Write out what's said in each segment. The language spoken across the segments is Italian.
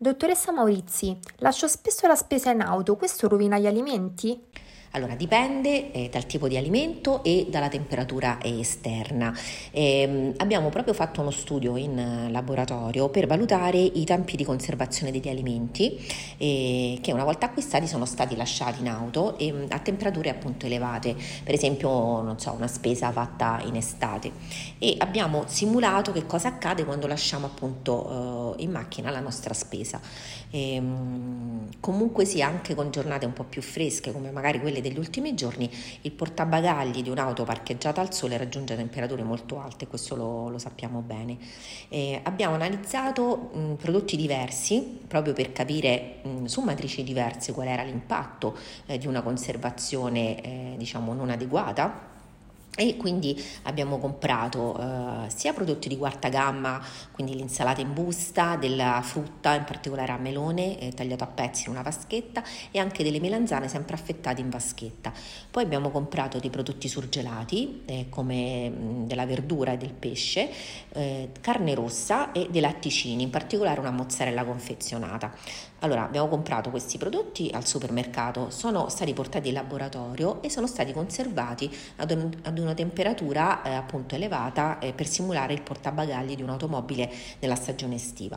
Dottoressa Maurizi, lascio spesso la spesa in auto, questo rovina gli alimenti? Allora, dipende dal tipo di alimento e dalla temperatura esterna. Abbiamo proprio fatto uno studio in laboratorio per valutare i tempi di conservazione degli alimenti che una volta acquistati sono stati lasciati in auto a temperature appunto elevate, per esempio, non so, una spesa fatta in estate. E abbiamo simulato che cosa accade quando lasciamo appunto in macchina la nostra spesa. Comunque sia, anche con giornate un po' più fresche come magari quelle degli ultimi giorni, il portabagagli di un'auto parcheggiata al sole raggiunge temperature molto alte, questo lo sappiamo bene. Abbiamo analizzato prodotti diversi proprio per capire su matrici diverse qual era l'impatto di una conservazione diciamo non adeguata. E quindi abbiamo comprato sia prodotti di quarta gamma, quindi l'insalata in busta, della frutta, in particolare a melone, tagliato a pezzi in una vaschetta, e anche delle melanzane sempre affettate in vaschetta. Poi abbiamo comprato dei prodotti surgelati, come della verdura e del pesce, carne rossa e dei latticini, in particolare una mozzarella confezionata. Allora, abbiamo comprato questi prodotti al supermercato, sono stati portati in laboratorio e sono stati conservati ad una temperatura appunto elevata per simulare il portabagagli di un'automobile nella stagione estiva.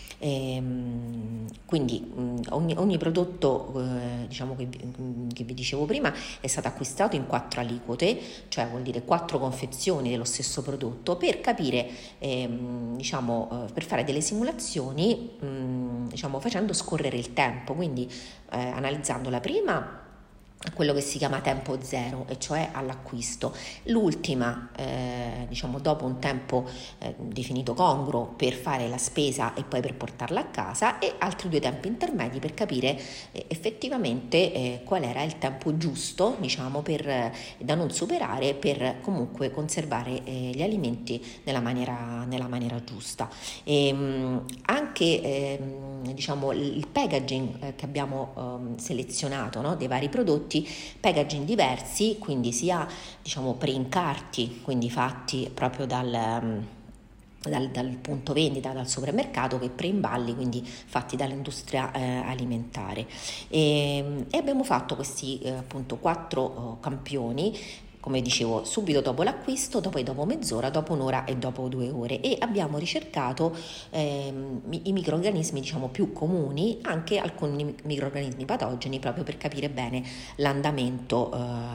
Quindi ogni prodotto diciamo che vi dicevo prima è stato acquistato in 4 aliquote, cioè vuol dire 4 confezioni dello stesso prodotto, per capire per fare delle simulazioni diciamo facendo scorrere il tempo, quindi analizzando la prima a quello che si chiama tempo zero, e cioè all'acquisto, l'ultima diciamo dopo un tempo definito congruo per fare la spesa e poi per portarla a casa, e altri 2 tempi intermedi per capire effettivamente qual era il tempo giusto, diciamo, da non superare, per comunque conservare gli alimenti nella maniera giusta. Anche diciamo il packaging che abbiamo selezionato, no, dei vari prodotti, packaging diversi, quindi sia diciamo pre-incarti, quindi fatti proprio dal punto vendita, dal supermercato, che pre-imballi, quindi fatti dall'industria alimentare. E abbiamo fatto questi appunto 4 campioni, come dicevo, subito dopo l'acquisto, poi dopo mezz'ora, dopo un'ora e dopo 2 ore, e abbiamo ricercato i microrganismi diciamo più comuni, anche alcuni microrganismi patogeni, proprio per capire bene l'andamento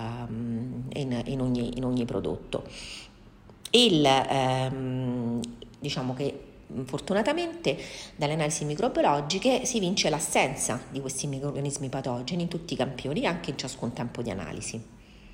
in ogni prodotto. Diciamo che fortunatamente dalle analisi microbiologiche si vince l'assenza di questi microrganismi patogeni in tutti i campioni, anche in ciascun tempo di analisi.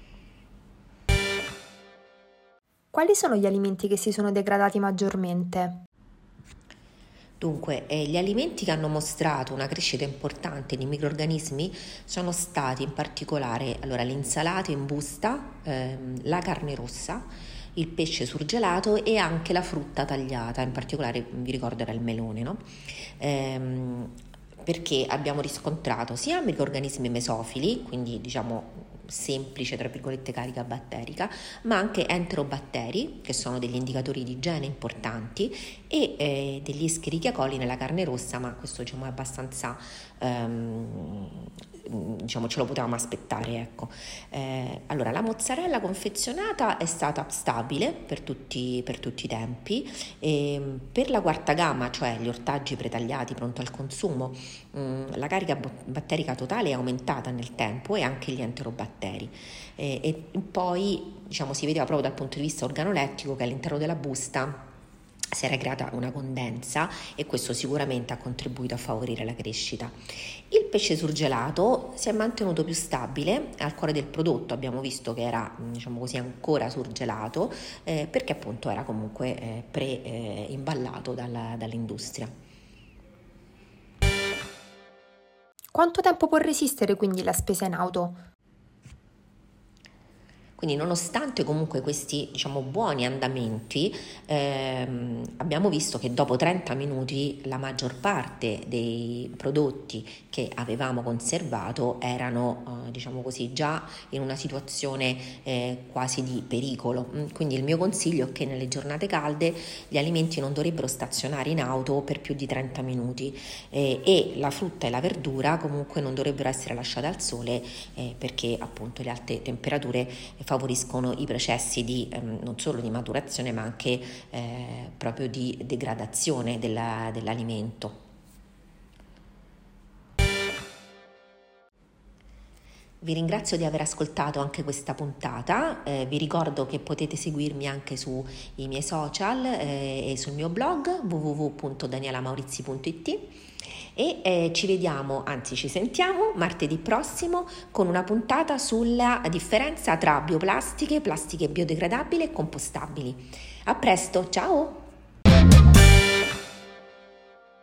Quali sono gli alimenti che si sono degradati maggiormente? Dunque, gli alimenti che hanno mostrato una crescita importante di microrganismi sono stati in particolare l'insalata in busta, la carne rossa, il pesce surgelato e anche la frutta tagliata, in particolare vi ricordo era il melone, no? Perché abbiamo riscontrato sia microrganismi mesofili, quindi diciamo semplice tra virgolette carica batterica, ma anche enterobatteri, che sono degli indicatori di igiene importanti, e degli Escherichia coli nella carne rossa, ma questo diciamo è abbastanza diciamo ce lo potevamo aspettare, ecco. Allora, la mozzarella confezionata è stata stabile per tutti i tempi. Per la quarta gamma, cioè gli ortaggi pretagliati pronto al consumo, la carica batterica totale è aumentata nel tempo, e anche gli enterobatteri. E poi diciamo si vedeva proprio dal punto di vista organolettico che all'interno della busta si era creata una condensa, e questo sicuramente ha contribuito a favorire la crescita. Il pesce surgelato si è mantenuto più stabile al cuore del prodotto, abbiamo visto che era diciamo così ancora surgelato, perché appunto era comunque imballato dall'industria. Quanto tempo può resistere quindi la spesa in auto? Quindi nonostante comunque questi buoni andamenti, abbiamo visto che dopo 30 minuti la maggior parte dei prodotti che avevamo conservato erano già in una situazione quasi di pericolo. Quindi il mio consiglio è che nelle giornate calde gli alimenti non dovrebbero stazionare in auto per più di 30 minuti e la frutta e la verdura comunque non dovrebbero essere lasciate al sole perché appunto le alte temperature favoriscono i processi non solo di maturazione ma anche proprio di degradazione dell'alimento. Vi ringrazio di aver ascoltato anche questa puntata, vi ricordo che potete seguirmi anche sui miei social e sul mio blog www.danielamaurizi.it e ci sentiamo martedì prossimo con una puntata sulla differenza tra bioplastiche, plastiche biodegradabili e compostabili. A presto, ciao!